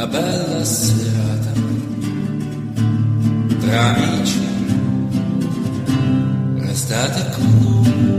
bella serata tra amici, restate con noi.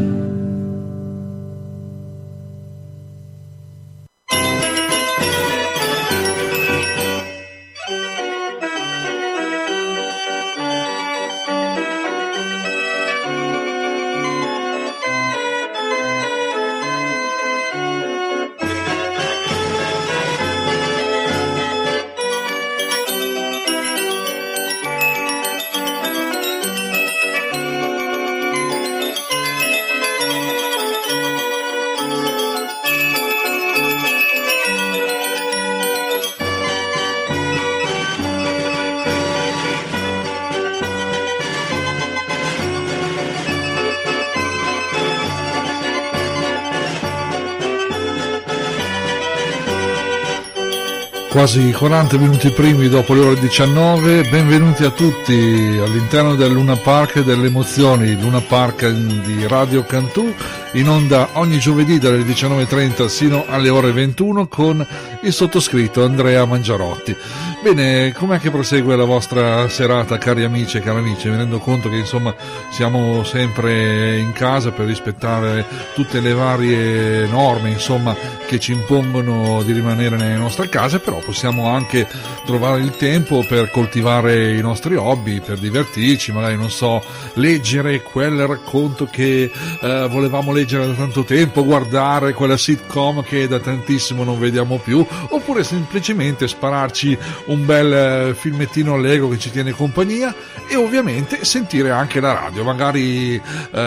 Quasi 40 minuti primi dopo le ore 19, benvenuti a tutti all'interno del Luna Park delle emozioni, Luna Park di Radio Cantù, in onda ogni giovedì dalle 19.30 sino alle ore 21 con il sottoscritto Andrea Mangiarotti. Bene, com'è che prosegue la vostra serata, cari amici e cari amici? Mi rendo conto che insomma siamo sempre in casa per rispettare tutte le varie norme insomma che ci impongono di rimanere nelle nostre case, però possiamo anche trovare il tempo per coltivare i nostri hobby, per divertirci, magari non so, leggere quel racconto che volevamo leggere da tanto tempo, guardare quella sitcom che da tantissimo non vediamo più, oppure semplicemente spararci un bel filmettino allegro che ci tiene compagnia e ovviamente sentire anche la radio. Magari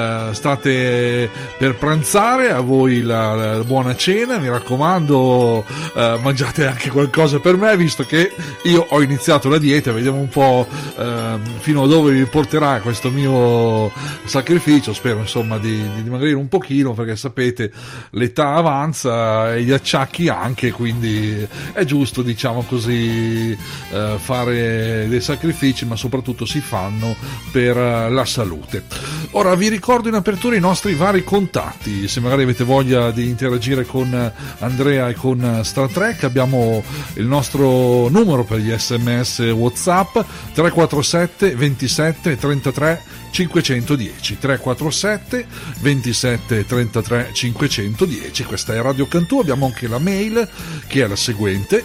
state per pranzare, a voi la buona cena, mi raccomando, mangiate anche qualcosa per me, visto che io ho iniziato la dieta. Vediamo un po' fino a dove mi porterà questo mio sacrificio. Spero insomma di dimagrire un pochino, perché sapete l'età avanza e gli acciacchi anche, quindi è giusto, diciamo così, fare dei sacrifici, ma soprattutto si fanno per la salute. Ora vi ricordo in apertura i nostri vari contatti, se magari avete voglia di interagire con Andrea e con Star Trek. Abbiamo il nostro numero per gli SMS WhatsApp 347 27 33 510, 347 27 33 510. Questa è Radio Cantù. Abbiamo anche la mail che è la seguente: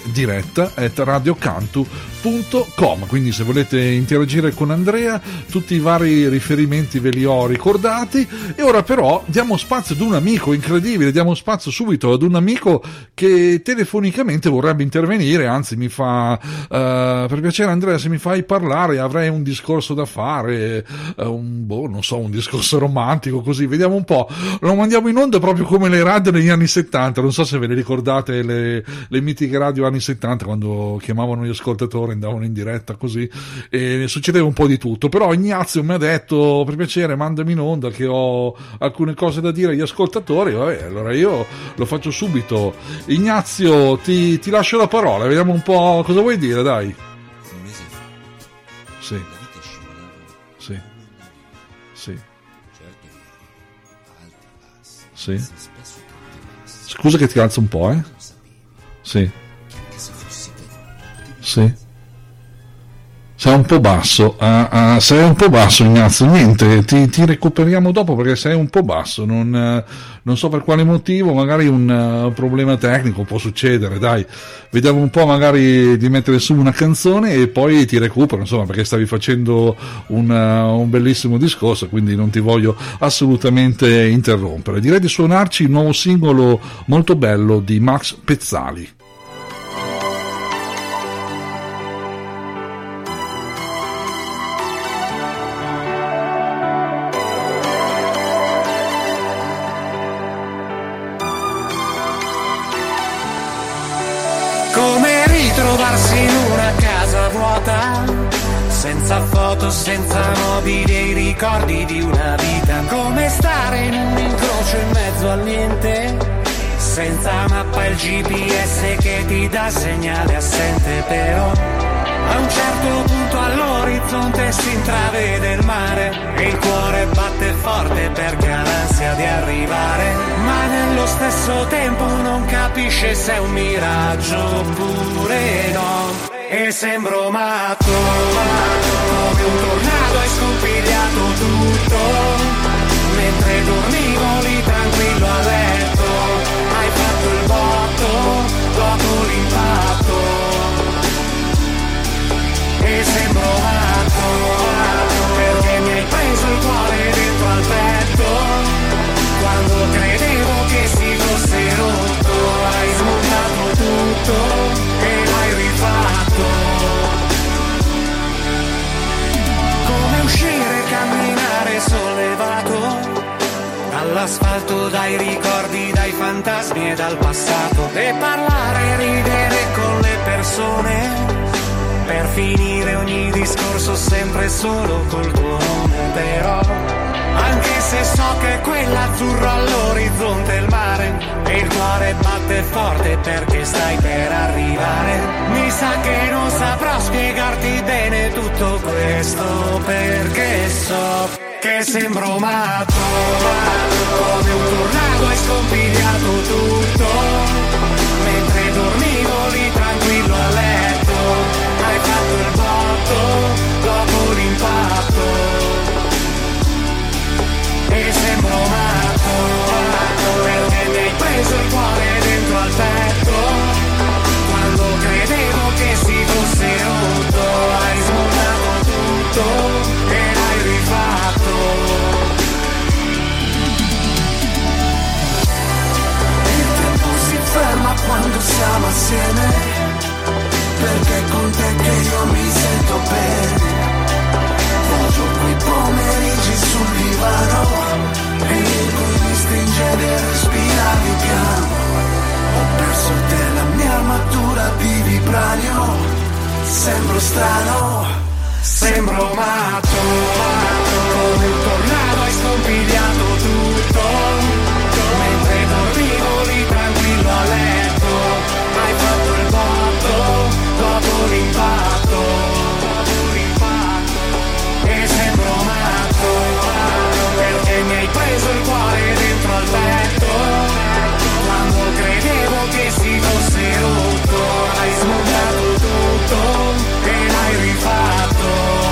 diretta@radiocantu.com. quindi se volete interagire con Andrea tutti i vari riferimenti ve li ho ricordati. E ora però diamo spazio ad un amico incredibile, diamo spazio subito ad un amico che telefonicamente vorrebbe intervenire, anzi mi fa per piacere Andrea, se mi fai parlare avrei un discorso da fare, non so, un discorso romantico, così vediamo un po'. Lo mandiamo in onda proprio come le radio negli anni 70, non so se ve le ricordate le mitiche radio anni 70, quando chiamavano gli ascoltatori, andavano in diretta così e succedeva un po' di tutto. Però Ignazio mi ha detto: per piacere mandami in onda che ho alcune cose da dire agli ascoltatori. Vabbè, allora io lo faccio subito. Ignazio, ti lascio la parola, vediamo un po' cosa vuoi dire, dai. Un mese fa Sì, la vita scivolava sì, sì, certo di alti e bassi, sì. spesso tanti bassi. Scusa che ti alzo un po', Non sapevo Sì, che anche se fossi venuto sì. Sei un po' basso, sei un po' basso Ignazio, niente, ti recuperiamo dopo perché sei un po' basso, non so per quale motivo, magari un problema tecnico, può succedere, dai, vediamo un po', magari di mettere su una canzone e poi ti recupero, insomma, perché stavi facendo un bellissimo discorso, quindi non ti voglio assolutamente interrompere. Direi di suonarci il nuovo singolo molto bello di Max Pezzali. Trovarsi in una casa vuota, senza foto, senza mobili e i ricordi di una vita. Come stare in un incrocio in mezzo al niente, senza mappa il GPS che ti dà segnale assente. Però a un certo punto all'orizzonte si intravede il mare e il cuore batte forte perché ha l'ansia di arrivare. Ma nello stesso tempo non capisce se è un miraggio oppure no. E sembro matto, come un tornado hai scompigliato tutto. Mentre dormivo lì tranquillo a letto, hai fatto il botto dopo l'impatto. E sembro matto, perché mi hai preso il cuore dentro al petto. Quando credevo che si fosse rotto, hai smontato tutto e l'hai rifatto. Come uscire e camminare sollevato dall'asfalto, dai ricordi, dai fantasmi e dal passato, e parlare e ridere con le persone, per finire ogni discorso sempre solo col tuo nome. Però anche se so che quell'azzurro all'orizzonte è il mare, e il cuore batte forte perché stai per arrivare, mi sa che non saprò spiegarti bene tutto questo, perché so che sembro matto, come un tornado hai scompigliato tutto. Mentre dormivo lì tranquillo a letto, hai fatto il botto dopo l'impatto. E sembro matto, perché mi hai preso il cuore dentro al petto. Quando credevo che si fosse rotto, hai smontato tutto e l'hai rifatto. Il tempo si ferma quando siamo assieme, perché con te che io mi sento bene. Faccio quei pomeriggi sul divano, e il cui mi stringevi e respiravi piano. Ho perso te la mia armatura di vibranio. Sembro strano, sembro matto, come un tornado hai scompigliato tutto. Mentre dormivo lì tranquillo a letto, hai fatto il botto dopo l'impatto. E sembro matto, perché mi hai preso il cuore dentro al petto. Quando credevo che si fosse rotto, hai smontato tutto e l'hai rifatto.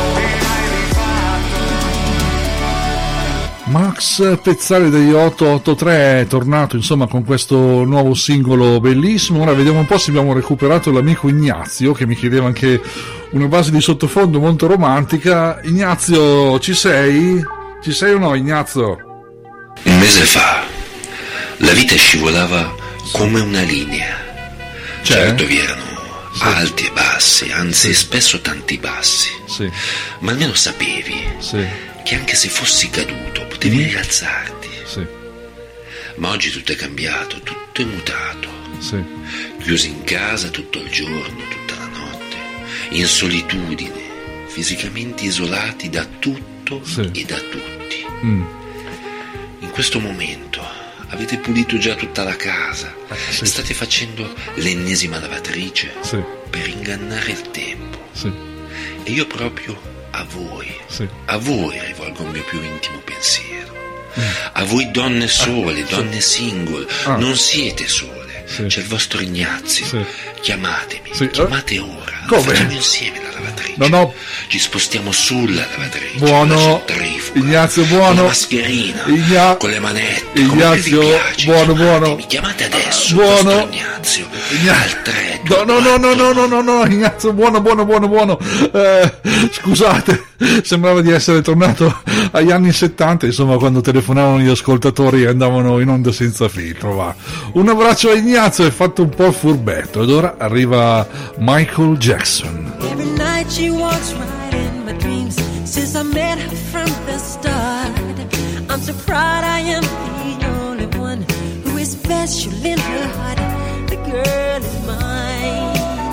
Max Pezzali degli 883 è tornato insomma con questo nuovo singolo bellissimo. Ora vediamo un po' se abbiamo recuperato l'amico Ignazio, che mi chiedeva anche una base di sottofondo molto romantica. Ignazio, ci sei? Ci sei o no, Ignazio? Un mese fa la vita scivolava come una linea. Certo vi erano alti e bassi, anzi spesso tanti bassi, ma almeno sapevi che anche se fossi caduto potevi rialzarti. Ma oggi tutto è cambiato, tutto è mutato. Chiusi in casa tutto il giorno, tutta la notte, in solitudine, fisicamente isolati da tutto e da tutti. In questo momento avete pulito già tutta la casa, state facendo l'ennesima lavatrice per ingannare il tempo. E io proprio a voi rivolgo il mio più intimo pensiero. A voi donne sole, donne single, non siete sole, c'è il vostro Ignazio. Chiamatemi, chiamate ora. Facciamo insieme la lavatrice. Ci spostiamo sulla lavatrice. Buono, Ignazio, buono. Con la mascherina, con le manette, Ignazio, come vi piace. buono. Mi chiamate adesso, buono. Ignazio. Al 3. No, Ignazio, buono. Scusate, sembrava di essere tornato agli anni 70, insomma, quando telefonavano gli ascoltatori e andavano in onda senza filtro. Va. Un abbraccio a Ignazio, è fatto un po' furbetto. Ed ora arriva Michael Jackson. Every night she walks right in my dreams since I met her from the start. I'm so proud I am the only one who is special in her heart. The girl is mine.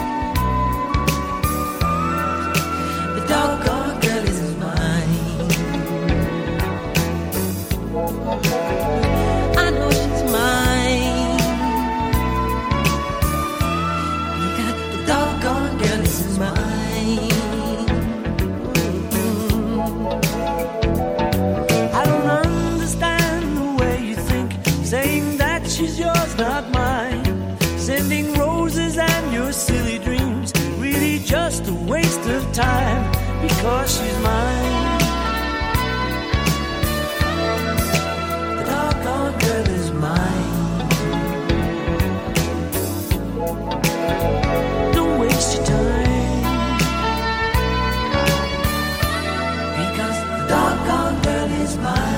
The doggone girl is mine. I know she's mine. Because the doggone girl is mine. I don't understand the way you think, saying that she's yours, not mine. Sending roses and your silly dreams, really just a waste of time, because she's mine. The doggone girl is mine. Don't waste your time, because the doggone girl is mine.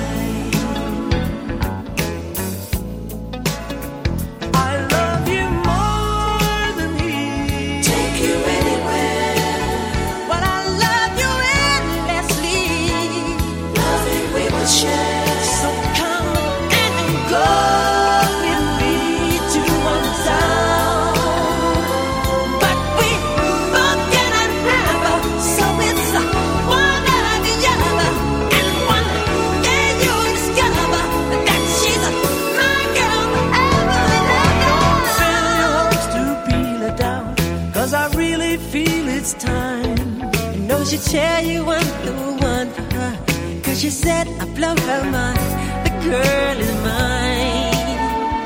She tell you I'm the one for her, 'cause she said I blow her mind. The girl is mine.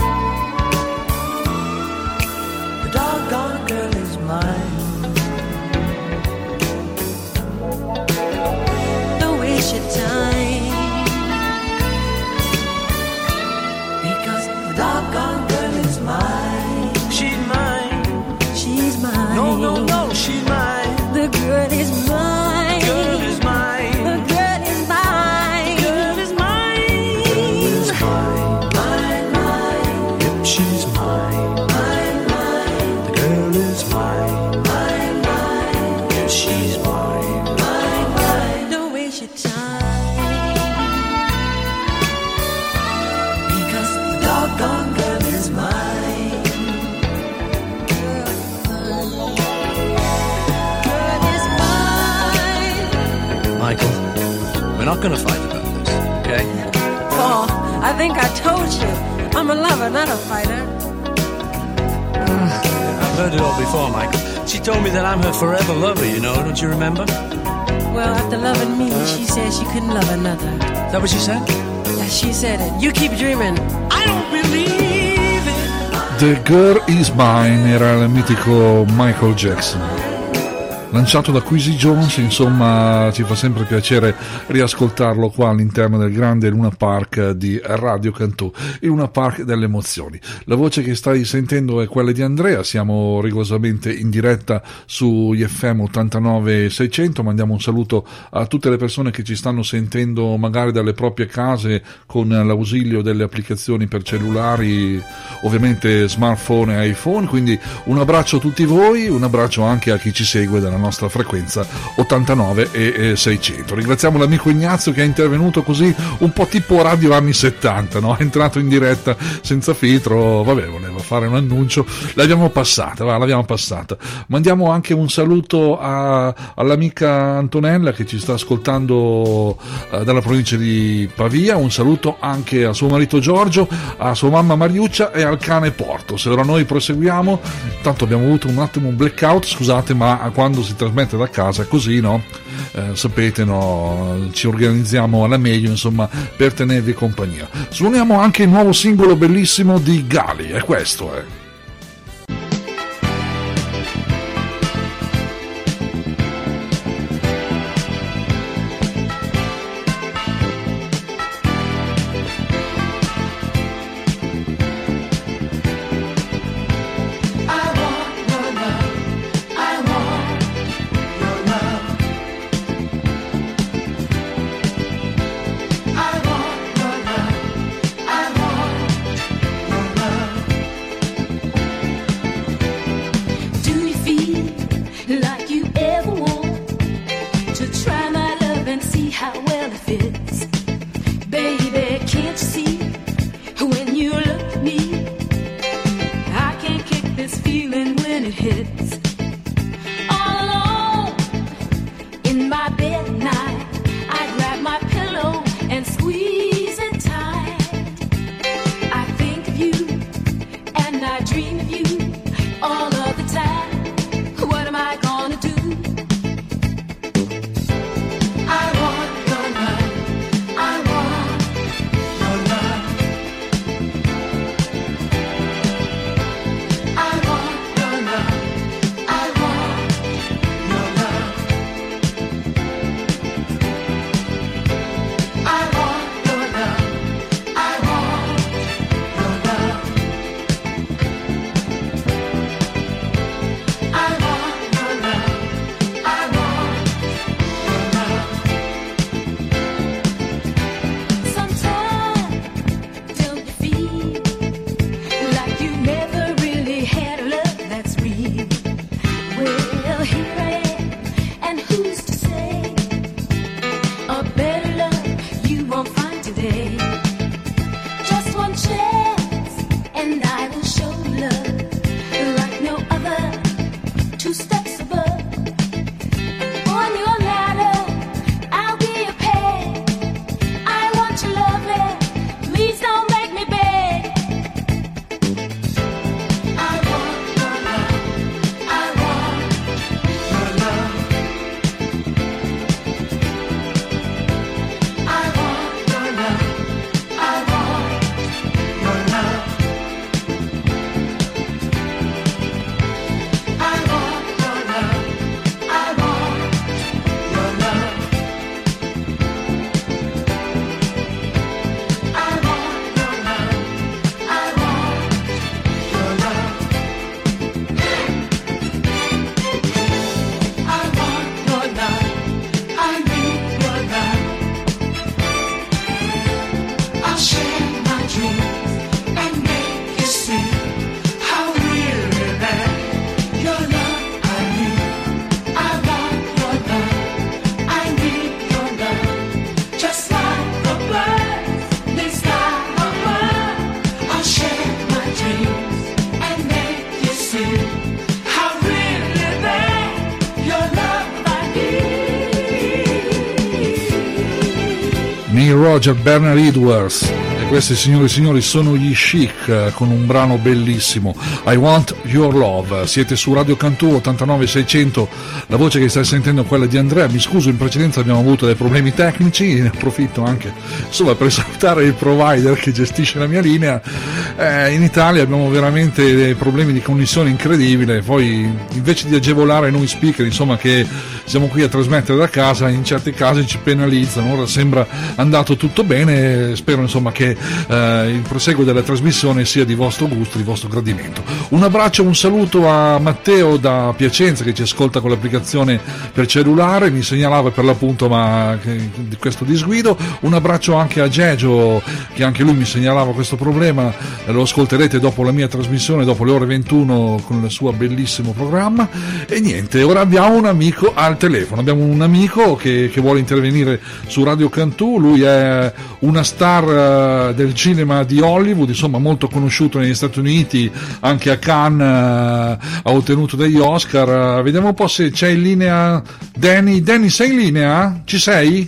The doggone girl is mine. Don't waste your time, because the doggone girl is mine. She's mine. She's mine. No, no, no, she's mine. The girl is mine. We're not going to fight about this, okay? Paul, I think I told you. I'm a lover, not a fighter. I've heard it all before, Michael. She told me that I'm her forever lover, you know, don't you remember? Well, after loving me, she said she couldn't love another. Is that what she said? Yeah, she said it. You keep dreaming. I don't believe it. The Girl Is Mine era il mitico Michael Jackson, lanciato da Quincy Jones. Insomma, ci fa sempre piacere riascoltarlo qua all'interno del grande Luna Park di Radio Cantù, il Luna Park delle emozioni. La voce che stai sentendo è quella di Andrea. Siamo rigorosamente in diretta su IFM 89.600. Mandiamo un saluto a tutte le persone che ci stanno sentendo magari dalle proprie case con l'ausilio delle applicazioni per cellulari, ovviamente smartphone e iPhone. Quindi un abbraccio a tutti voi, un abbraccio anche a chi ci segue dalla nostra frequenza 89 e 600. Ringraziamo l'amico Ignazio che è intervenuto così un po' tipo radio anni 70, no? È entrato in diretta senza filtro, vabbè, voleva fare un annuncio, l'abbiamo passata. Mandiamo anche un saluto all'amica Antonella che ci sta ascoltando dalla provincia di Pavia, un saluto anche a suo marito Giorgio, a sua mamma Mariuccia e al cane Porto. Se ora noi proseguiamo, tanto abbiamo avuto un attimo un blackout, scusate, ma quando si trasmette da casa così, no? Sapete, no? Ci organizziamo alla meglio, insomma, per tenervi compagnia. Suoniamo anche il nuovo singolo bellissimo di Gali, è questo, Roger, Bernard Edwards. Questi, signori e signori, sono gli Chic con un brano bellissimo, I Want Your Love. Siete su Radio Cantù 89600, la voce che stai sentendo è quella di Andrea. Mi scuso, in precedenza abbiamo avuto dei problemi tecnici, ne approfitto anche insomma per salutare il provider che gestisce la mia linea. In Italia abbiamo veramente dei problemi di connessione incredibili, poi invece di agevolare noi speaker, insomma, che siamo qui a trasmettere da casa, in certi casi ci penalizzano. Ora sembra andato tutto bene, spero insomma che il proseguo della trasmissione sia di vostro gusto, di vostro gradimento. Un abbraccio, un saluto a Matteo da Piacenza che ci ascolta con l'applicazione per cellulare, mi segnalava per l'appunto di questo disguido. Un abbraccio anche a Gegio che anche lui mi segnalava questo problema, lo ascolterete dopo la mia trasmissione, dopo le ore 21 con il suo bellissimo programma. E niente, ora abbiamo un amico al telefono, abbiamo un amico che vuole intervenire su Radio Cantù. Lui è una star del cinema di Hollywood, insomma molto conosciuto negli Stati Uniti, anche a Cannes ha ottenuto degli Oscar. Vediamo un po' se c'è in linea Danny. Danny, sei in linea? Ci sei?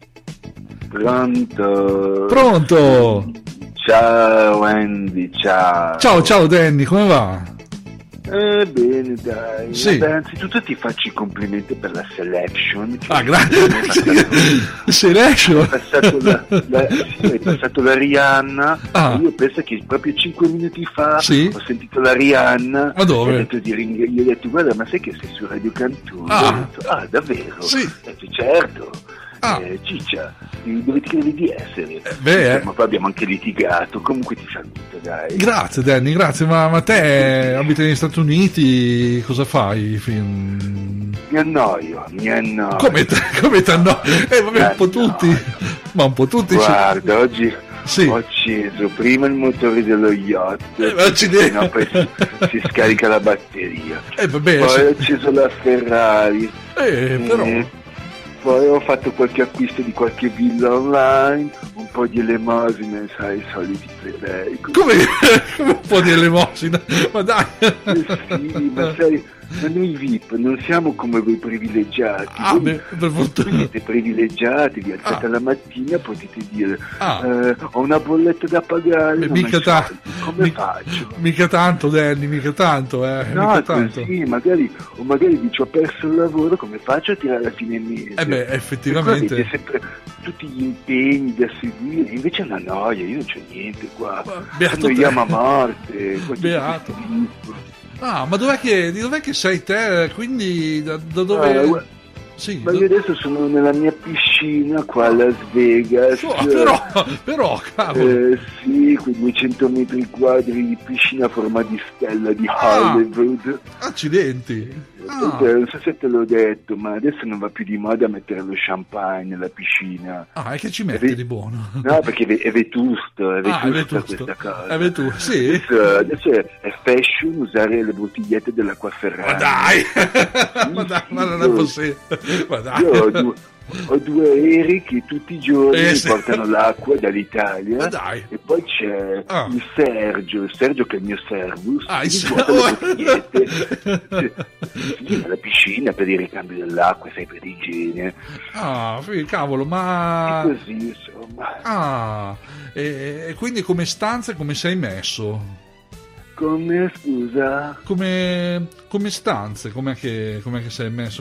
Pronto? Ciao Andy, ciao. Ciao Danny, come va? Bene, dai. Sì. Vabbè, anzitutto ti faccio i complimenti per la selection. Grazie. Selection? Hai passato la Rihanna. Io penso che proprio 5 minuti fa ho sentito la Rihanna. Ma dove? Gli ho detto, guarda, ma sai che sei su Radio Cantù? Ho detto, davvero? Sì. Ho detto, certo. Ciccia, dove ti credi di essere? Ma poi abbiamo anche litigato. Comunque ti saluto, dai. Grazie Danny, grazie. Ma te abiti negli Stati Uniti, cosa fai? Mi annoio. Come ti annoio? Vabbè, un po' tutti. Ma un po' tutti. Guarda, oggi ho acceso prima il motore dello yacht, no, poi si scarica la batteria. Poi ho acceso la Ferrari. Però poi ho fatto qualche acquisto di qualche villa online, un po' di elemosine, sai, i soliti plebei. Come un po' di elemosina? Ma dai! Sì, ma sai, ma noi VIP non siamo come voi privilegiati. Voi siete privilegiati, vi alzate alla mattina, potete dire ho una bolletta da pagare, mica come faccio? Mica tanto Danny, mica tanto. No, mica tanto. Così, magari dici ho perso il lavoro, come faccio a tirare alla fine mese? Effettivamente. Avete sempre tutti gli impegni da seguire, invece è una noia, io non c'ho niente qua. Annoiamo a morte. Beato. Ma dov'è che sei te? Quindi da dove? Sì, ma io adesso sono nella mia piscina qua a Las Vegas. Però cavolo. Sì, quei 200 metri quadri di piscina a forma di stella di Hollywood. Accidenti. Non so se te l'ho detto, ma adesso non va più di moda mettere lo champagne nella piscina. E che ci metti di buono? No, perché è vetusto, questa cosa. È vetusto, sì. Adesso è fashion usare le bottigliette dell'acqua Ferrari. Ma dai, ma non è possibile. Ma dai. Io ho due aerei che tutti i giorni portano l'acqua dall'Italia. E poi c'è il Sergio che è il mio servus, le bottigliette nella piscina per il ricambio dell'acqua, sai, per l'igiene. Cavolo, ma e così insomma. E quindi come stanze come sei messo? Come, scusa? Come stanze, com'è che sei messo?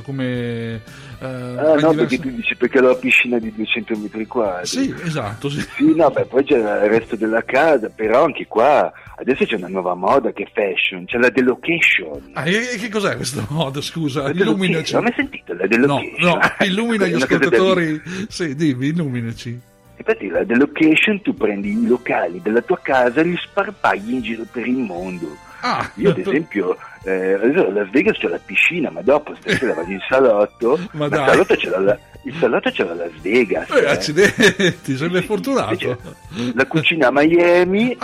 No, perché tu dici perché ho la piscina di 200 metri quadri. Sì, esatto. Sì, no, poi c'è il resto della casa, però anche qua adesso c'è una nuova moda che è fashion, c'è la delocation. E che cos'è questa moda, scusa? Illuminaci. Non hai mai sentito la delocation? No, illumina gli ascoltatori. Sì, dimmi, illuminaci. Infatti la delocation, tu prendi i locali della tua casa e li sparpagli in giro per il mondo. Io ad esempio a Las Vegas c'è la piscina, ma dopo stasera vado in salotto. Il salotto c'è la Las Vegas. Accidenti, sei ben fortunato. La cucina a Miami,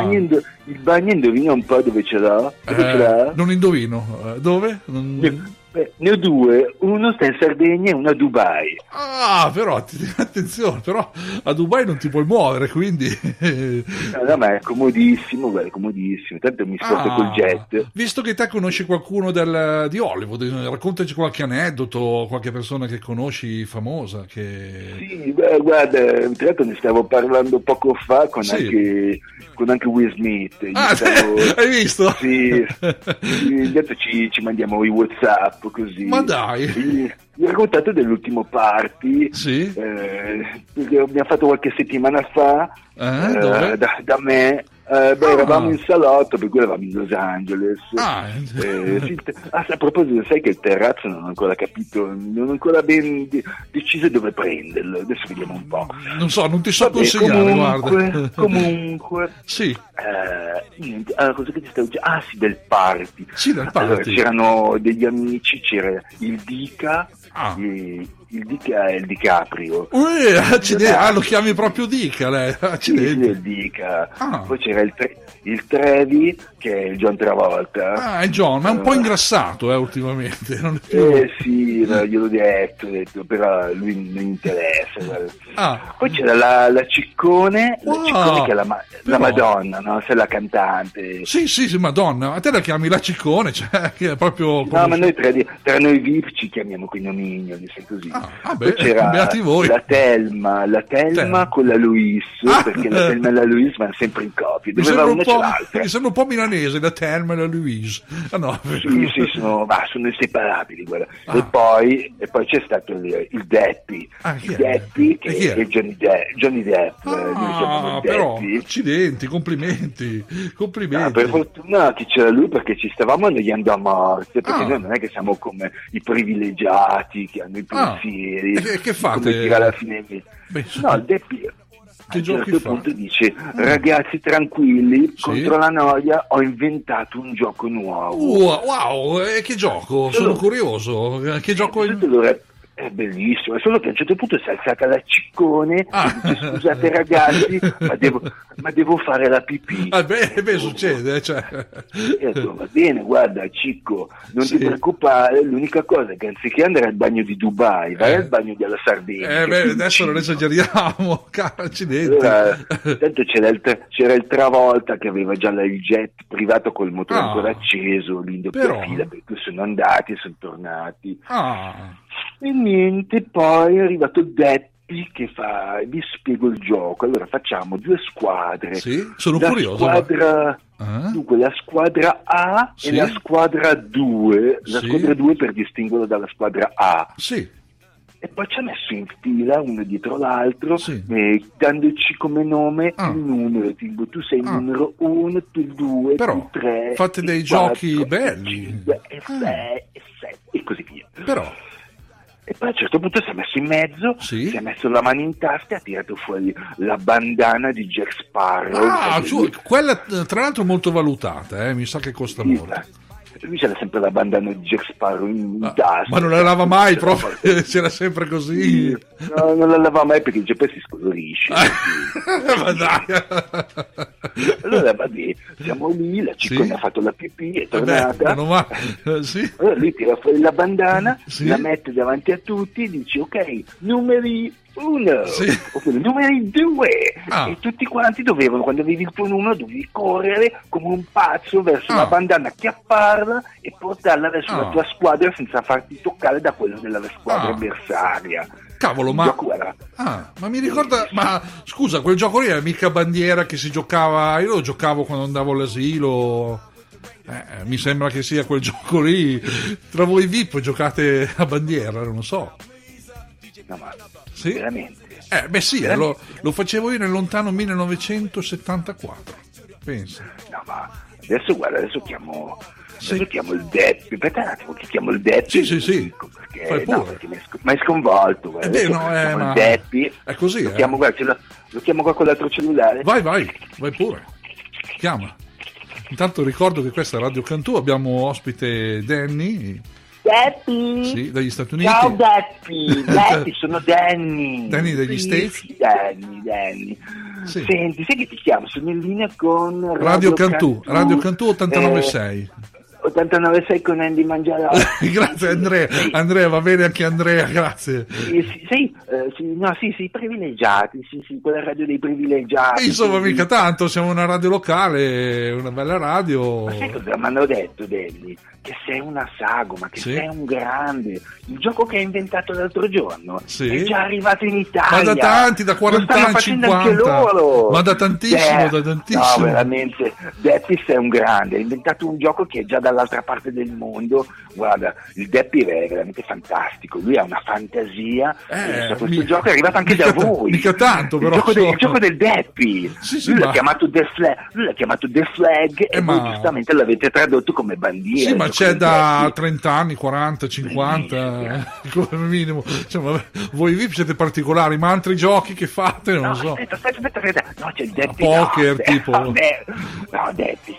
il bagno indovina un po' dove ce l'ho? Non indovino. Dove? Ne ho due, uno sta in Sardegna e uno a Dubai. Ah, però attenzione, però a Dubai non ti puoi muovere, quindi no, ma è comodissimo, guarda, comodissimo, tanto mi sposto col jet. Visto che te conosci qualcuno di Hollywood, raccontaci qualche aneddoto, qualche persona che conosci famosa che... Sì, guarda, tra l'altro ne stavo parlando poco fa con anche Will Smith. Hai visto? Sì, adesso ci mandiamo i WhatsApp così. Ma dai! Mi ha raccontato dell'ultimo party, sì? Perché abbiamo fatto qualche settimana fa da me. Eravamo in salotto, per cui eravamo in Los Angeles. A proposito, sai che il terrazzo non ho ancora capito, non ho ancora ben deciso dove prenderlo. Adesso vediamo un po'. Non so, non ti so consigliare, guarda. Comunque. Sì. Allora, cosa che ti stavo dicendo? Ah, sì, del party. Sì, del party. Allora, c'erano degli amici, c'era il Dica. Il Dica è il DiCaprio. Lo chiami proprio Dica, lei? Accidenti. Sì, il Dica. Poi c'era il Trevi, che è il John Travolta. È John, ma è un po' ingrassato ultimamente. Non è più... sì, gliel'ho detto, però lui non interessa. Poi c'era la Ciccone, la Ciccone che è la Madonna, no? Sei la cantante. Sì, Madonna. A te la chiami la Ciccone, cioè, che è proprio... No, ma noi tra noi VIP ci chiamiamo quei nomignoli, sai così. C'era beati voi. La Telma con la Luis, perché la Telma e la Luis vanno sempre in coppia. Mi sembra un po' milanese, la Telma e la Luis. Sì, sono inseparabili, guarda. E poi c'è stato il Deppi. Il Deppi che è Johnny Depp. Però, accidenti, complimenti. Per fortuna che c'era lui, perché ci stavamo annoiando a morte, perché noi non è che siamo come i privilegiati che hanno i pensieri. Che fate? Come dire alla fine. No, il Deppi a un certo punto dice: ragazzi, tranquilli, contro la noia ho inventato un gioco nuovo. Wow, che gioco? Sono curioso. Che gioco è? È bellissimo, è solo che a un certo punto si è alzata la Ciccone e dice: scusate ragazzi, ma devo fare la pipì. Succede, cioè. E ho detto: va bene, guarda Cicco, non ti preoccupare, l'unica cosa è che anziché andare al bagno di Dubai, vai al bagno della Sardegna. Adesso non esageriamo, accidenti. Allora, tanto c'era il Travolta che aveva già il jet privato col motore ancora acceso, lì in doppia fila, per cui sono andati e sono tornati. E niente, poi è arrivato il Deppi che vi spiego il gioco. Allora facciamo due squadre. Sì, sono curioso. Dunque la squadra A e la squadra 2. La squadra 2 per distinguerlo dalla squadra A. Sì. E poi ci ha messo in fila uno dietro l'altro, dandoci come nome il numero, tipo tu sei il numero 1, tu il 2, tu il 3. Fate dei 4, giochi belli. 5, e 6 e 7 e così via. Però. E poi a un certo punto si è messo in mezzo, si è messo la mano in tasca e ha tirato fuori la bandana di Jack Sparrow. Quella tra l'altro molto valutata, mi sa che costa molto. Lui c'era sempre la bandana di Jack Sparrow in tasca. Ma non la lava mai proprio, c'era sempre così. No, non la lava mai perché poi si scolorisce. Ma dai. Allora vabbè, siamo lì, la Ciccone ha fatto la pipì, è tornata. Allora lui tira fuori la bandana, la mette davanti a tutti e dice: ok, numeri 1, numeri 2, e tutti quanti dovevano, quando avevi il tuo numero dovevi correre come un pazzo verso la bandana, acchiapparla e portarla verso la tua squadra senza farti toccare da quello della squadra avversaria. Cavolo, ma mi ricorda, ma scusa, quel gioco lì era mica bandiera che si giocava, io lo giocavo quando andavo all'asilo. Mi sembra che sia quel gioco lì. Tra voi VIP giocate a bandiera, non lo so. No, ma veramente? Veramente? Lo facevo io nel lontano 1974. Pensa. No, ma adesso chiamo il Deppi. Aspetta un attimo, che chiamo il Deppi. Sì. Perché mi hai sconvolto. Guarda. Il Deppi. È così. Lo chiamo qua con l'altro cellulare. Vai pure. Chiama. Intanto ricordo che questa è Radio Cantù, abbiamo ospite Danny. Deppi? Sì, dagli Stati Uniti. Ciao Deppi, sono Danny. Danny degli States? Sì, Danny. Sì. Senti, sai che ti chiamo? Sono in linea con Radio Cantù 89.6. 89.6 con Andy Mangiala. Grazie Andrea. Andrea, va bene anche Andrea, grazie. Sì, privilegiati, sì, quella radio dei privilegiati. Insomma, mica tanto, siamo una radio locale, una bella radio. Ma sai cosa mi hanno detto, Danny? Che sei una sagoma, che sei un grande. Il gioco che hai inventato l'altro giorno è già arrivato in Italia. Ma da tanti, da 40 anni, 50. Anche loro. Ma da tantissimo, No, veramente, Deppi sei un grande. Hai inventato un gioco che è già dall'altra parte del mondo. Guarda, il Deppi è veramente fantastico. Lui ha una fantasia. Questo gioco è arrivato anche da voi. Mica tanto, però. Il gioco del Deppi. Lui l'ha chiamato The Flag e voi giustamente l'avete tradotto come bandiera. Sì, ma c'è da 30 anni, 40, 50 come minimo. Cioè, voi VIP siete particolari, ma altri giochi che fate non so. Aspetta. No, c'è il Deppi. Poker, tipo. No, Deppi.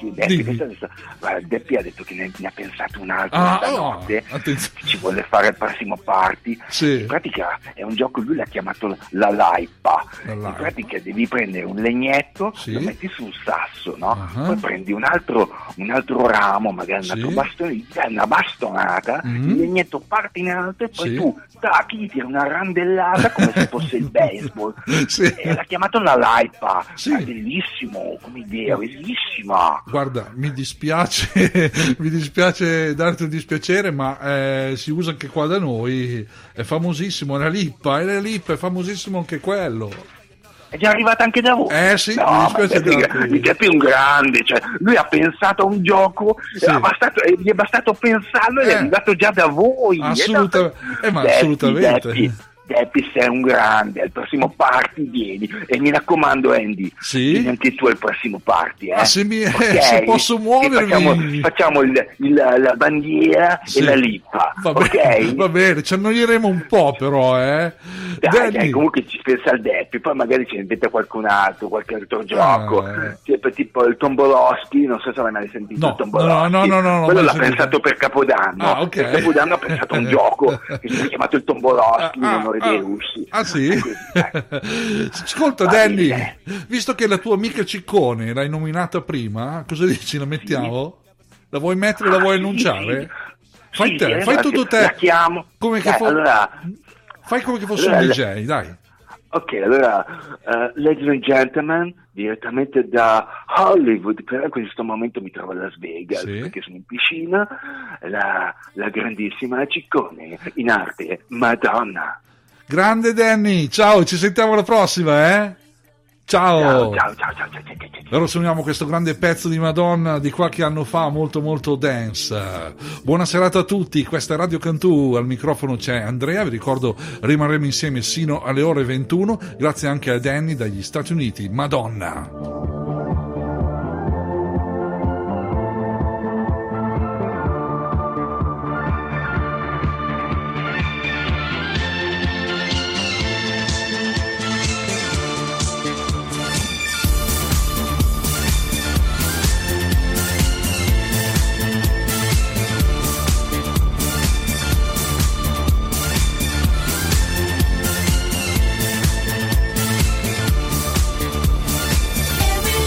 Deppi ha detto che ne ha pensato un altro stanotte. Che ci vuole fare il prossimo party. Sì. In pratica è un gioco, lui l'ha chiamato la Laipa. In pratica devi prendere un legnetto, lo metti sul sasso, no? Poi prendi un altro ramo, magari un altro bastone, dai una bastonata, il legnetto parte in alto e poi tu gli tiri una randellata come se fosse il baseball. E l'ha chiamato la Laipa. È bellissimo come idea, bellissima. Guarda, mi dispiace darti un dispiacere, ma si usa anche qua da noi, è famosissimo, la Lippa è famosissimo anche quello. È già arrivata anche da voi. Sì, no, il Deppi è un grande, cioè lui ha pensato a un gioco, gli è bastato pensarlo ed è arrivato già da voi. Assolutamente. Deppi sei un grande, al prossimo party vieni e mi raccomando Andy, vieni anche tu al prossimo party, se posso muovermi facciamo la bandiera e la Lippa, va bene, ci annoieremo un po' però dai, comunque ci pensa il Deppi, poi magari ci inventa qualche altro gioco, tipo il Tomboloschi, non so se avete mai sentito il Tomboloschi. No, quello l'ha pensato per Capodanno. Per Capodanno ha pensato a un gioco che si è chiamato il Tomboloschi in onore dei russi. Ascolta Danny, visto che la tua amica Ciccone l'hai nominata prima, cosa dici, la mettiamo? La vuoi mettere, la vuoi annunciare? Fai tutto te, la chiamo. Fai come che fosse un DJ, dai. Ok, allora, ladies and gentlemen, direttamente da Hollywood, però in questo momento mi trovo a Las Vegas, perché sono in piscina, la grandissima Ciccone, in arte Madonna. Grande Danny, ciao, ci sentiamo alla prossima, Ciao. Allora suoniamo questo grande pezzo di Madonna di qualche anno fa, molto molto dance. Buona serata a tutti, questa è Radio Cantù, al microfono c'è Andrea, vi ricordo rimarremo insieme sino alle ore 21, grazie anche a Danny dagli Stati Uniti. Madonna. Every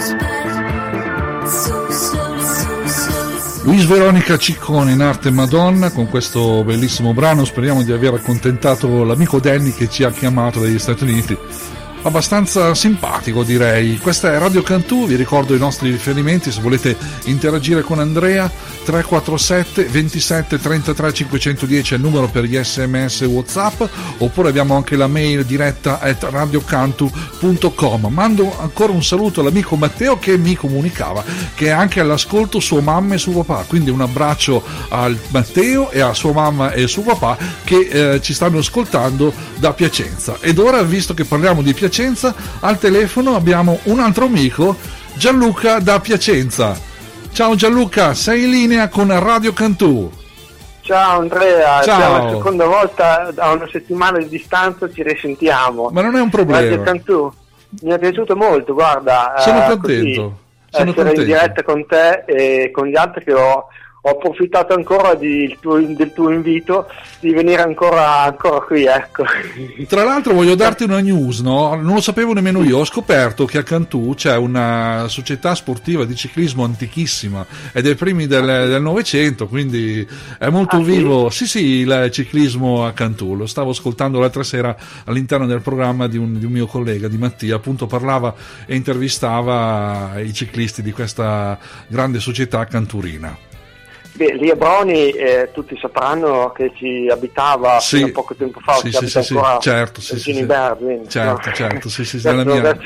Luis Veronica Ciccone in arte Madonna con questo bellissimo brano. Speriamo di aver accontentato l'amico Danny che ci ha chiamato dagli Stati Uniti. Abbastanza simpatico, direi. Questa è Radio Cantù, vi ricordo i nostri riferimenti se volete interagire con Andrea. 347 27 33 510 è il numero per gli SMS WhatsApp, oppure abbiamo anche la mail diretta @radiocantu.com. Mando ancora un saluto all'amico Matteo che mi comunicava che è anche all'ascolto sua mamma e suo papà, quindi un abbraccio al Matteo e a sua mamma e suo papà che ci stanno ascoltando da Piacenza. Ed ora, visto che parliamo di Piacenza, al telefono abbiamo un altro amico, Gianluca da Piacenza. Ciao Gianluca, sei in linea con Radio Cantù. Ciao Andrea, ciao. È la seconda volta da una settimana di distanza ci risentiamo. Ma non è un problema. Radio Cantù mi è piaciuto molto, guarda. Sono contento. Sono essere contento. In diretta con te e con gli altri che ho approfittato ancora del tuo invito di venire ancora qui, ecco. Tra l'altro voglio darti una news, no? Non lo sapevo nemmeno io, ho scoperto che a Cantù c'è una società sportiva di ciclismo antichissima, è dei primi del Novecento, quindi è molto vivo. Sì, il ciclismo a Cantù, lo stavo ascoltando l'altra sera all'interno del programma di un mio collega, di Mattia, appunto parlava e intervistava i ciclisti di questa grande società canturina. Beh, lì a Broni tutti sapranno che ci abitava fino a poco tempo fa, ancora certo, Berlin, certo, la mia,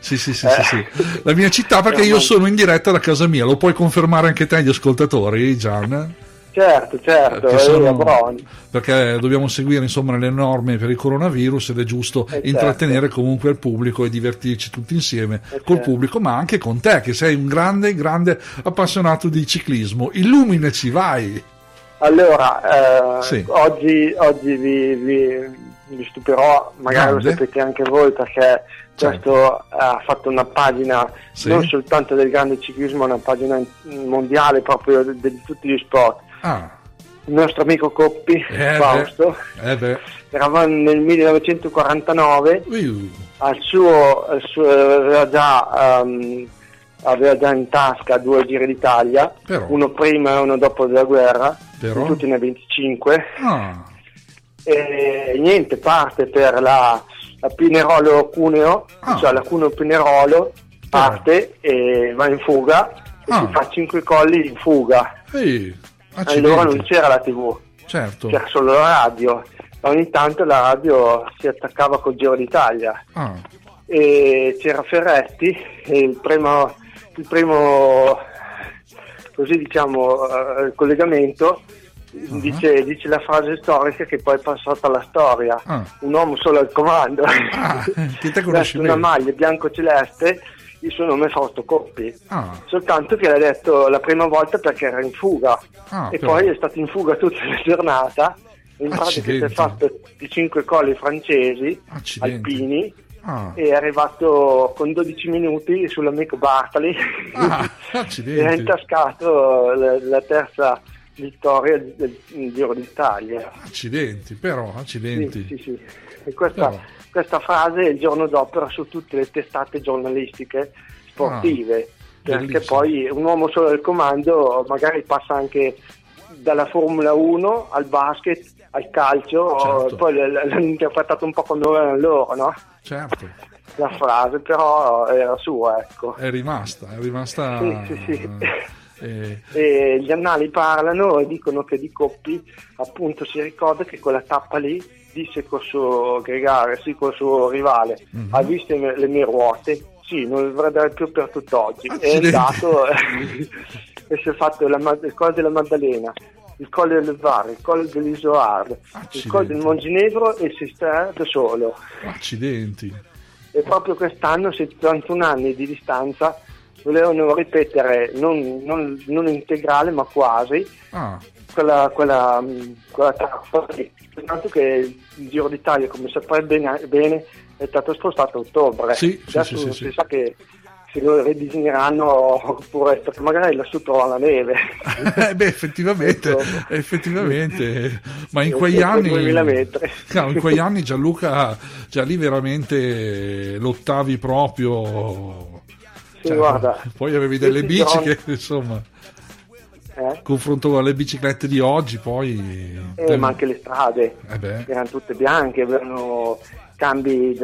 la mia città, perché io sono in diretta da casa mia, lo puoi confermare anche te, gli ascoltatori, Gian? Certo, a Broni. Perché dobbiamo seguire insomma le norme per il coronavirus ed è giusto intrattenere comunque il pubblico e divertirci tutti insieme col pubblico, ma anche con te che sei un grande appassionato di ciclismo. Illuminaci, vai! Allora, oggi vi stupirò, magari lo sapete anche voi, perché questo ha fatto una pagina non soltanto del grande ciclismo, una pagina mondiale proprio di tutti gli sport. Il nostro amico Coppi, Fausto, eravamo nel 1949, aveva già in tasca 2 Giri d'Italia, uno prima e uno dopo della guerra, tutti nel 25, e niente, parte per la Pinerolo Cuneo, cioè la Cuneo Pinerolo, parte e va in fuga e si fa 5 colli in fuga. Allora non c'era la TV, c'era solo la radio, ogni tanto la radio si attaccava col Giro d'Italia e c'era Ferretti e il primo così diciamo collegamento dice la frase storica che poi è passata alla storia, un uomo solo al comando, che te conosci una maglia bianco-celeste, il suo nome è Fausto Coppi, soltanto che l'ha detto la prima volta perché era in fuga e poi è stato in fuga tutta la giornata, in pratica si è fatto i 5 colli francesi alpini e è arrivato con 12 minuti sull'amico Bartali e ha intascato la terza vittoria del Giro d'Italia. Accidenti. Sì. E questa frase il giorno dopo era su tutte le testate giornalistiche sportive, perché poi un uomo solo al comando magari passa anche dalla Formula 1 al basket, al calcio, poi l'hanno interpretato un po' come loro, no? Certo. La frase però era sua, ecco. È rimasta. Sì. E gli annali parlano e dicono che di Coppi appunto si ricorda che quella tappa lì disse col suo gregario, col suo rivale, ha visto le mie ruote? Sì, non le vedrei più per tutt'oggi. È andato e si è fatto il Colle della Maddalena, il Colle del Var, il Colle dell'Isoard, il Colle del Montenegro e si sta da solo. Accidenti. E proprio quest'anno, 71 anni di distanza, volevano ripetere non integrale ma quasi quella tappa, tanto che il Giro d'Italia, come saprai bene, è stato spostato a ottobre. Si sa che se lo ridisegneranno oppure perché magari lassù trova la neve. Effettivamente, ma in quegli anni Gianluca, già lì veramente lottavi proprio. Sì, guarda. Poi avevi delle bici che insomma confronto con le biciclette di oggi, poi ma anche le strade erano tutte bianche, avevano cambi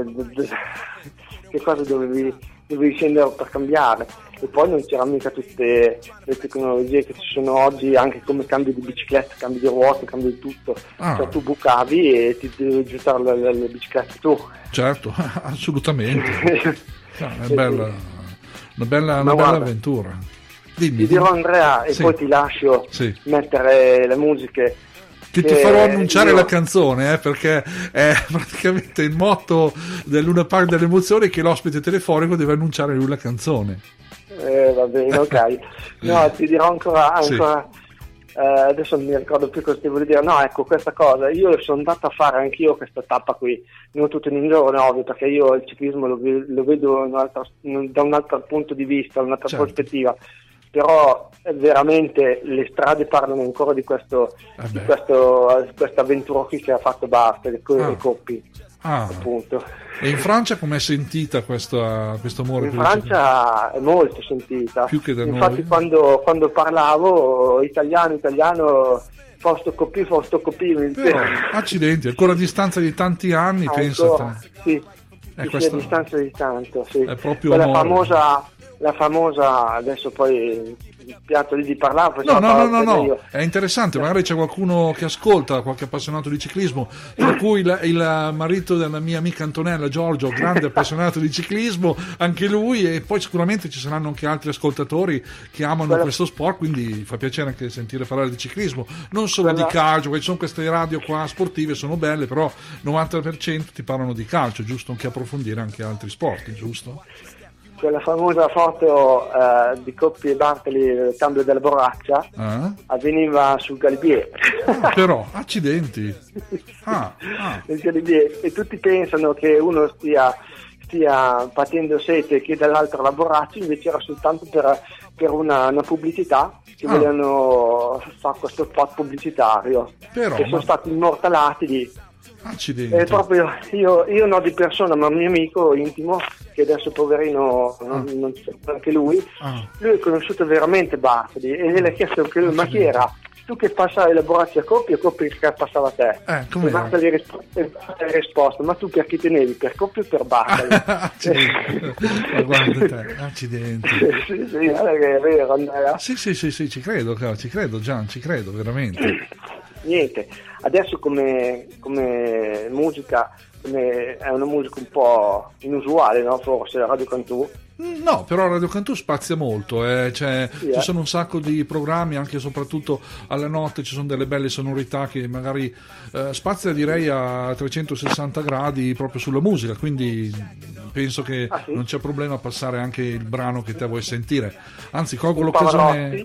che cosa dovevi scendere per cambiare, e poi non c'erano mica tutte le tecnologie che ci sono oggi, anche come cambi di bicicletta, cambi di ruote, cambi di tutto. Cioè tu bucavi e ti devi aggiustare le biciclette tu. Certo, assolutamente. Una bella avventura. Dimmi. Ti dirò, Andrea, e poi ti lascio mettere le musiche. Che ti farò annunciare la canzone, perché è praticamente il motto del Luna Park delle emozioni, che l'ospite telefonico deve annunciare lui la canzone. Va bene, ok. No, ti dirò ancora adesso non mi ricordo più cosa ti volevo dire. No, ecco, questa cosa, io sono andato a fare anch'io questa tappa qui, non tutto in un giorno, ovvio, perché io il ciclismo lo vedo da un altro punto di vista, un'altra prospettiva, però veramente le strade parlano ancora di questa avventura qui che ha fatto Bartoli con i Coppi, appunto. E in Francia com'è sentita questo amore? In Francia è molto sentita, più che da noi. Infatti quando parlavo italiano, Fausto Coppi, accidenti, ancora a distanza di tanti anni, penso. Sì, a distanza di tanto, sì. È proprio la famosa, adesso poi piatto lì di parlare. No, è interessante, magari c'è qualcuno che ascolta, qualche appassionato di ciclismo, tra cui il marito della mia amica Antonella, Giorgio, grande appassionato di ciclismo, anche lui, e poi sicuramente ci saranno anche altri ascoltatori che amano questo sport, quindi fa piacere anche sentire parlare di ciclismo, non solo di calcio, perché ci sono queste radio qua sportive, sono belle, però 90% ti parlano di calcio, giusto? Anche approfondire anche altri sport, giusto? Quella famosa foto di Coppi e Bartoli del cambio della borraccia avveniva sul Galibier. Però, accidenti. Il Galibier. E tutti pensano che uno stia patendo sete e che dall'altro la borraccia, invece era soltanto per una pubblicità che volevano fare questo spot pubblicitario. Però, che sono stati immortalati lì. Accidenti. È proprio io no di persona, ma un mio amico intimo, che adesso poverino non c'è anche lui è conosciuto veramente Bartoli, e le ha chiesto anche lui: ma chi era? Tu che passavi la borraccia a Coppi, o Coppi che passava a te? Come Bartoli ha risposto: ma tu per chi tenevi, per Coppi o per Bartoli? Ma guarda te, accidenti. Sì, è vero, Andrea. Sì, ci credo, Gian, ci credo veramente. Niente, adesso come musica, è una musica un po' inusuale, no? Forse Radio Cantù. No, però Radio Cantù spazia molto, ci sono un sacco di programmi, anche e soprattutto alla notte ci sono delle belle sonorità che magari spazia, direi, a 360 gradi proprio sulla musica, quindi penso che non c'è problema a passare anche il brano che te vuoi sentire. Anzi, colgo l'occasione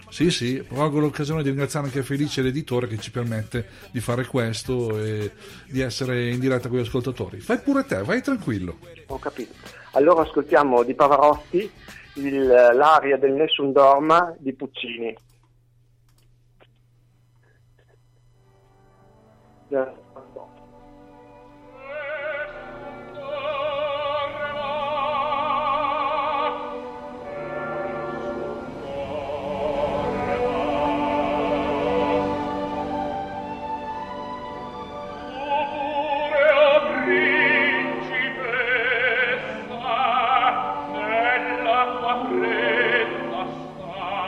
di ringraziare anche Felice, l'editore, che ci permette di fare questo e di essere in diretta con gli ascoltatori. Fai pure te, vai tranquillo. Ho capito. Allora ascoltiamo di Pavarotti l'aria del Nessun Dorma di Puccini.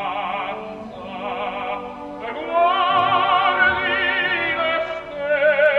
Guardi le stelle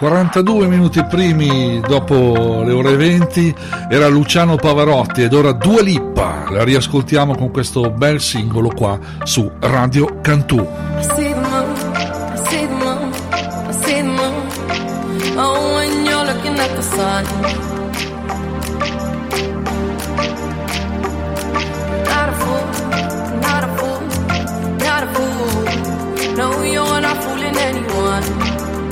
42 minuti primi dopo le ore 20 era Luciano Pavarotti ed ora Dua Lipa, la riascoltiamo con questo bel singolo qua su Radio Cantù. Oh, when you're looking at the sun, not a fool, not a fool, not a fool. No, you're not fooling anyone.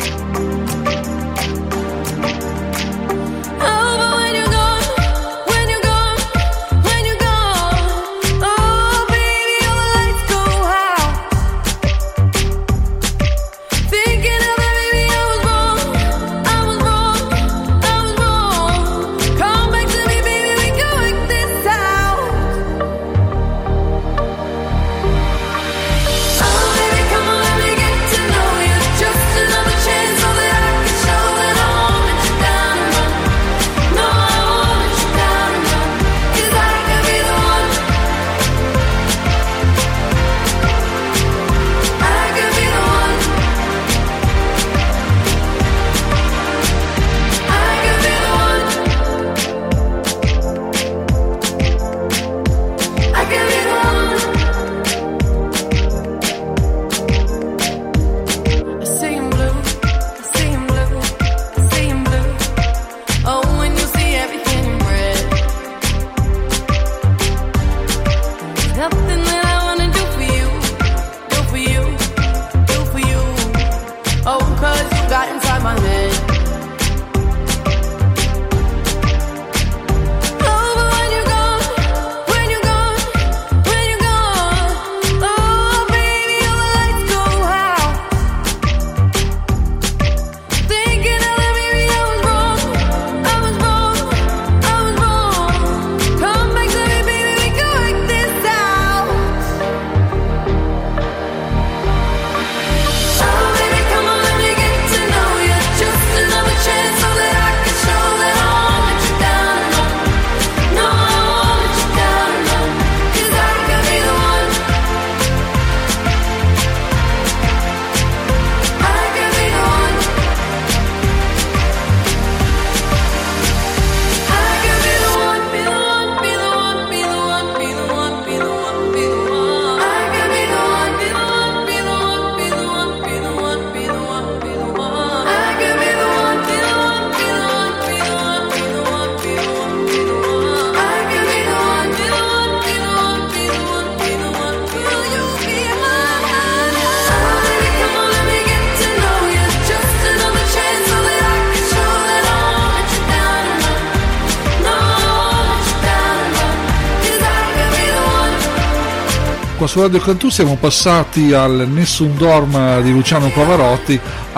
Su Radio Cantù siamo passati al Nessun Dorma di Luciano Pavarotti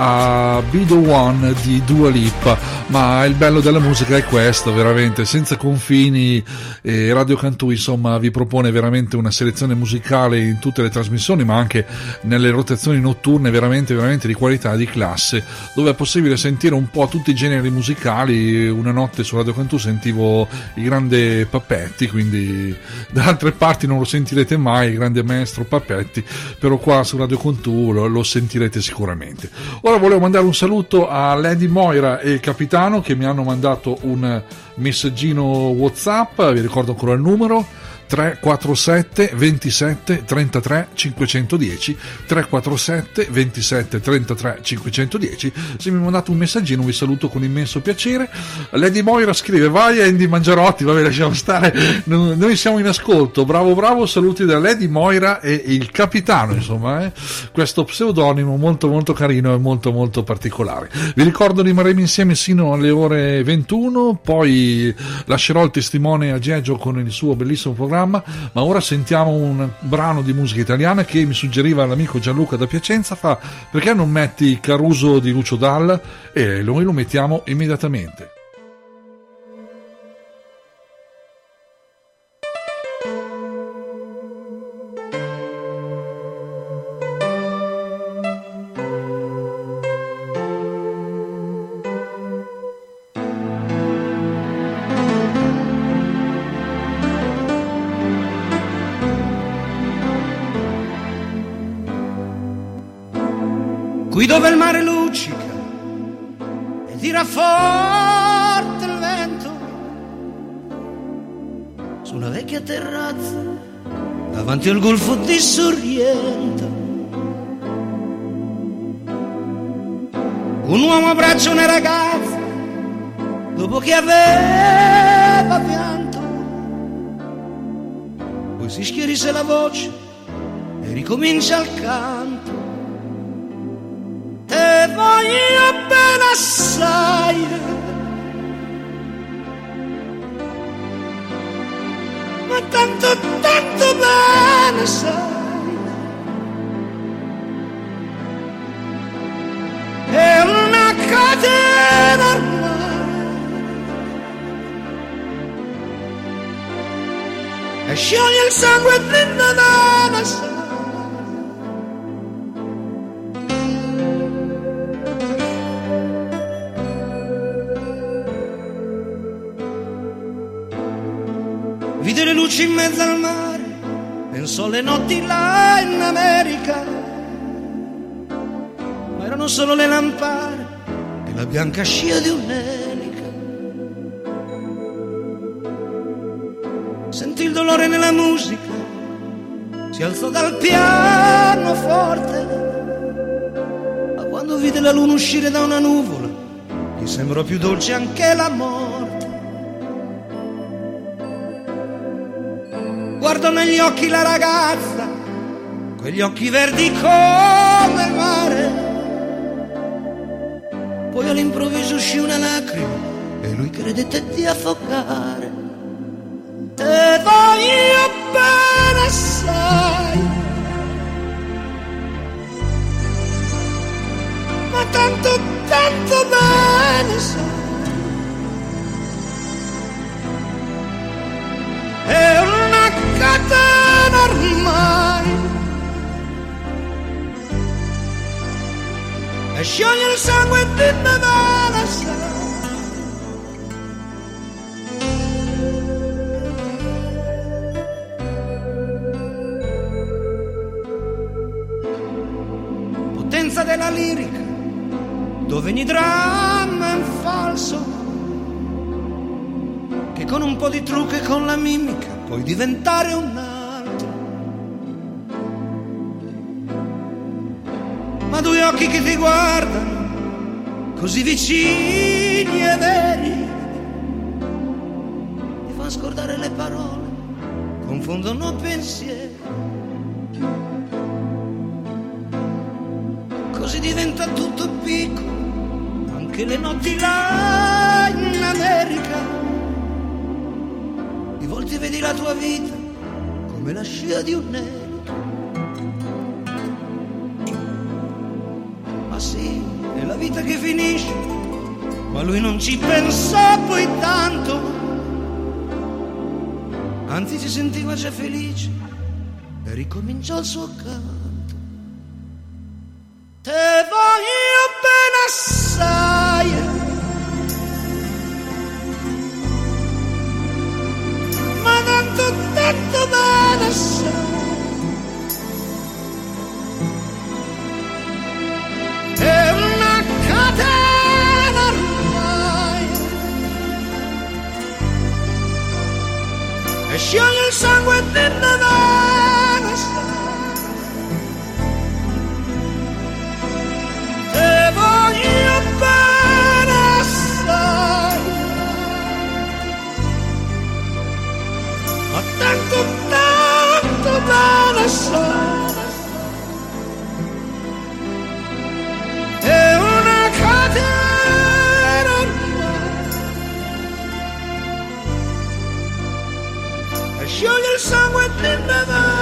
a Be The One di Dua Lipa, ma il bello della musica è questo, veramente, senza confini. Radio Cantù insomma vi propone veramente una selezione musicale in tutte le trasmissioni, ma anche nelle rotazioni notturne veramente di qualità, di classe, dove è possibile sentire un po' tutti i generi musicali. Una notte su Radio Cantù sentivo il grande Papetti, quindi da altre parti non lo sentirete mai, il grande maestro Papetti, però qua su Radio Cantù lo sentirete sicuramente. Ora volevo mandare un saluto a Lady Moira e il capitano che mi hanno mandato un messaggino WhatsApp, vi ricordo ancora il numero 347 27 33 510 347 27 33 510. Se mi mandate un messaggino vi saluto con immenso piacere. Lady Moira scrive: vai Andy Mangiarotti, vabbè, lasciamo stare, noi siamo in ascolto, bravo, saluti da Lady Moira e il capitano, insomma, questo pseudonimo molto carino e molto particolare. Vi ricordo rimarremo insieme sino alle ore 21, poi lascerò il testimone a Gegio con il suo bellissimo programma, ma ora sentiamo un brano di musica italiana che mi suggeriva l'amico Gianluca da Piacenza. Fa: perché non metti Caruso di Lucio Dalla? E noi lo mettiamo immediatamente. Qui dove il mare luccica tira forte il vento su una vecchia terrazza davanti al golfo di Sorrento. Un uomo abbraccia una ragazza dopo che aveva pianto, poi si schierisse la voce e ricomincia il canto. Te voglio bene assai, ma tanto, tanto bene sai. È una catena ormai e scioglie il sangue dentro da sai. Vide le luci in mezzo al mare, pensò alle notti là in America, ma erano solo le lampade e la bianca scia di un'elica. Sentì il dolore nella musica, si alzò dal pianoforte, ma quando vide la luna uscire da una nuvola, gli sembrò più dolce anche la morte. Guardò negli occhi la ragazza, quegli occhi verdi come il mare. Poi all'improvviso uscì una lacrima e lui credette di affogare. Te voglio bene assai, ma tanto, tanto bene sai. È una catena ormai e scioglie il sangue di Nevada sai. Potenza della lirica, dove ogni dramma è un falso, che con un po' di trucco e con la mimica puoi diventare un altro. Ma due occhi che ti guardano così vicini e veri ti fanno scordare le parole, confondono pensieri. Così diventa tutto piccolo, anche le notti là in America. Di volte vedi la tua vita come la scia di un'elica. Ma sì, è la vita che finisce, ma lui non ci pensò poi tanto, anzi si sentiva già felice e ricominciò il suo canto. Te voglio bene assai, ma tanto, tanto bene assai. È una catena ormai e scioglie il sangue dentro da sai. Te voglio bene assai, ma tanto, tanto bene assai. È una catena ormai e scioglie il sangue dentro da.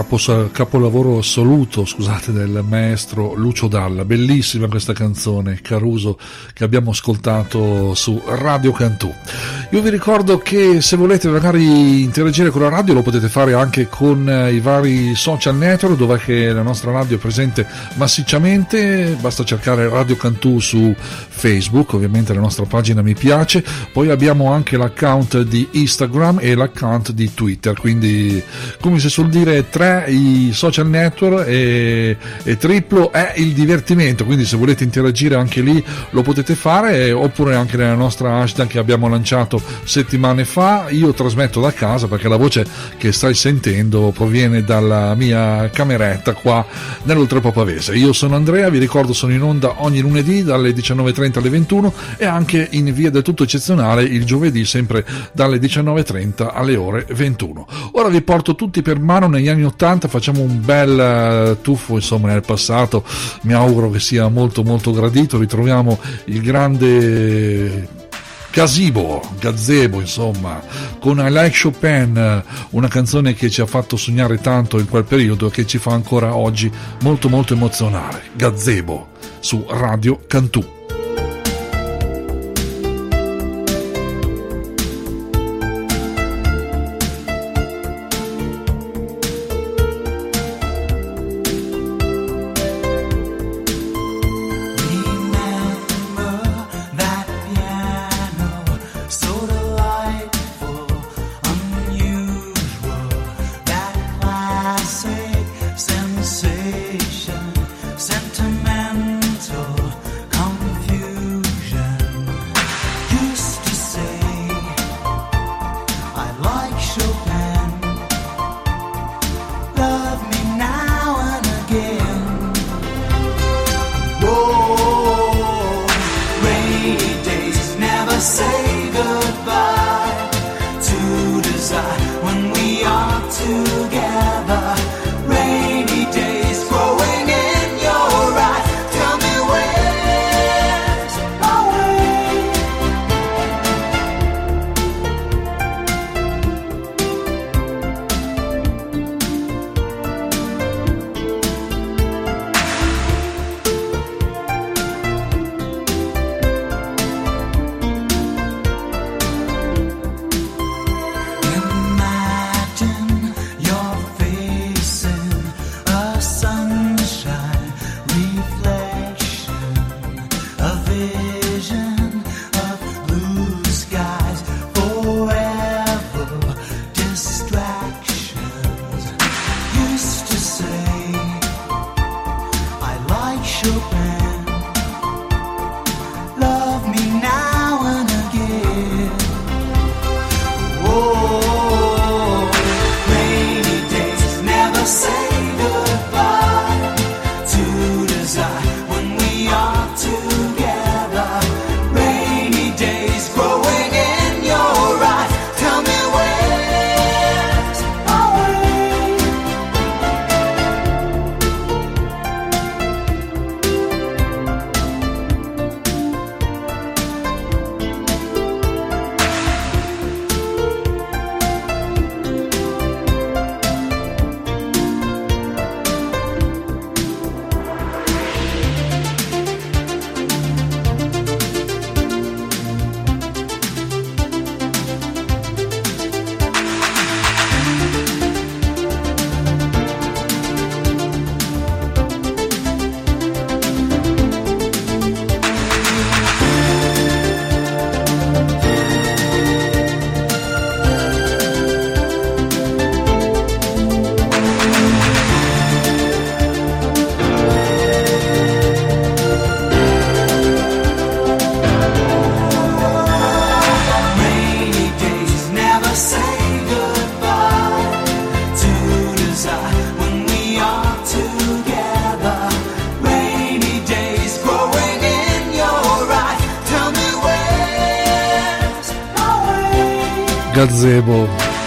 capolavoro assoluto, scusate, del maestro Lucio Dalla. Bellissima questa canzone, Caruso, che abbiamo ascoltato su Radio Cantù. Io vi ricordo che se volete magari interagire con la radio lo potete fare anche con i vari social network, dove che la nostra radio è presente massicciamente. Basta cercare Radio Cantù su Facebook, ovviamente la nostra pagina mi piace, poi abbiamo anche l'account di Instagram e l'account di Twitter, quindi come si suol dire 3 i social network e triplo è il divertimento, quindi se volete interagire anche lì lo potete fare, oppure anche nella nostra hashtag che abbiamo lanciato settimane fa. Io trasmetto da casa perché la voce che stai sentendo proviene dalla mia cameretta qua nell'Oltrepo Pavese. Io sono Andrea, vi ricordo sono in onda ogni lunedì dalle 19.30 alle 21 e anche in via del tutto eccezionale il giovedì sempre dalle 19.30 alle ore 21. Ora vi porto tutti per mano negli anni 80, facciamo un bel tuffo insomma nel passato, mi auguro che sia molto molto gradito. Ritroviamo il grande Gazebo, insomma, con I Like Chopin, una canzone che ci ha fatto sognare tanto in quel periodo e che ci fa ancora oggi molto molto emozionare. Gazebo su Radio Cantù. Gazebo,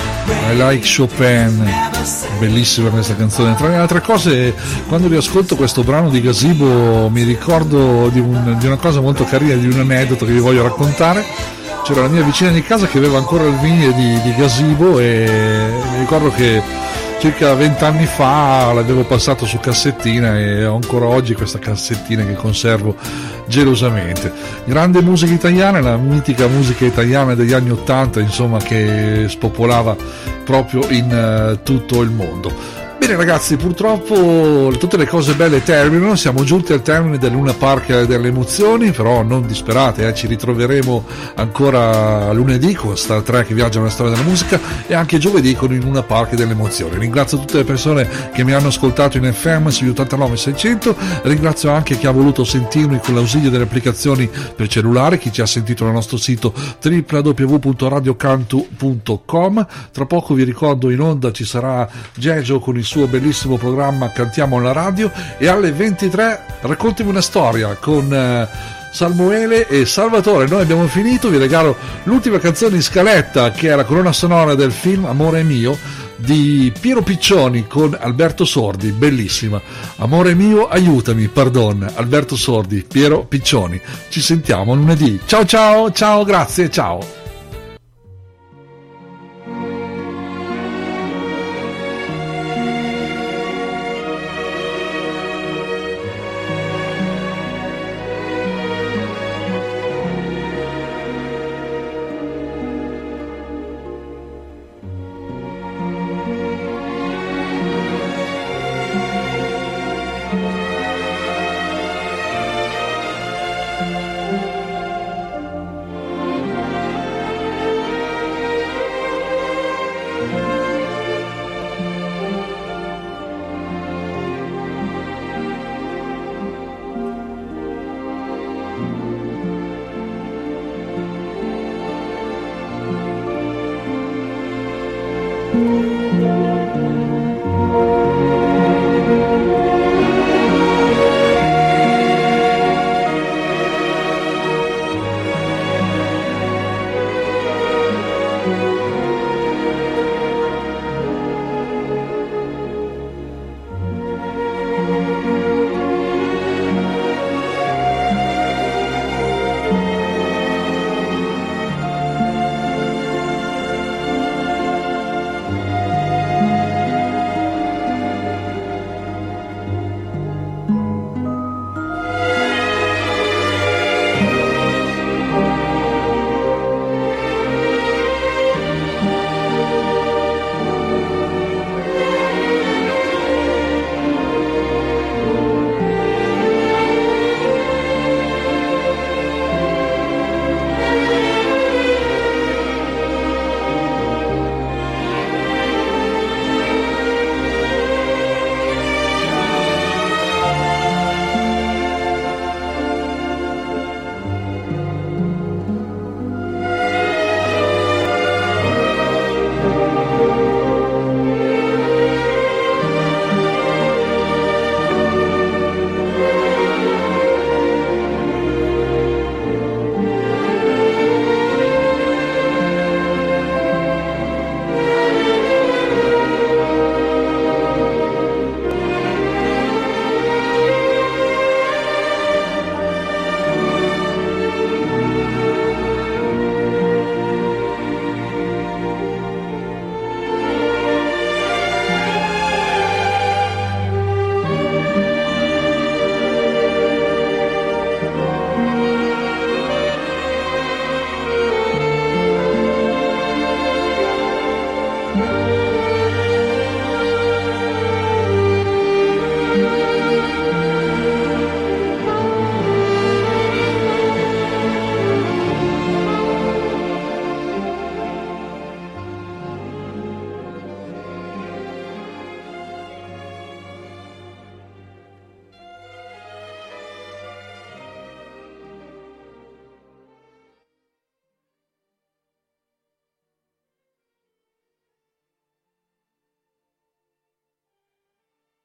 I Like Chopin, bellissima questa canzone. Tra le altre cose, quando riascolto questo brano di Gazebo mi ricordo di una cosa molto carina, di un aneddoto che vi voglio raccontare. C'era la mia vicina di casa che aveva ancora il vinile di Gazebo e mi ricordo che circa 20 anni fa, l'avevo passato su cassettina e ho ancora oggi questa cassettina che conservo gelosamente. Grande musica italiana, la mitica musica italiana degli anni 80, insomma, che spopolava proprio in tutto il mondo. Bene ragazzi, purtroppo tutte le cose belle terminano, siamo giunti al termine del Luna Park delle emozioni, però non disperate, ci ritroveremo ancora lunedì con Star Trek Viaggio nella storia della musica e anche giovedì con il Luna Park delle emozioni. Ringrazio tutte le persone che mi hanno ascoltato in FM sugli 89.600, ringrazio anche chi ha voluto sentirmi con l'ausilio delle applicazioni per cellulare, chi ci ha sentito nel nostro sito www.radiocantu.com. Tra poco vi ricordo in onda ci sarà Gegio con il suo bellissimo programma Cantiamo alla radio e alle 23 raccontami una storia con Salmoele e Salvatore. Noi abbiamo finito, vi regalo l'ultima canzone in scaletta che è la colonna sonora del film Amore mio di Piero Piccioni con Alberto Sordi, bellissima. Amore mio aiutami, pardon, Alberto Sordi, Piero Piccioni. Ci sentiamo lunedì. Ciao ciao, ciao, grazie, ciao. Thank you.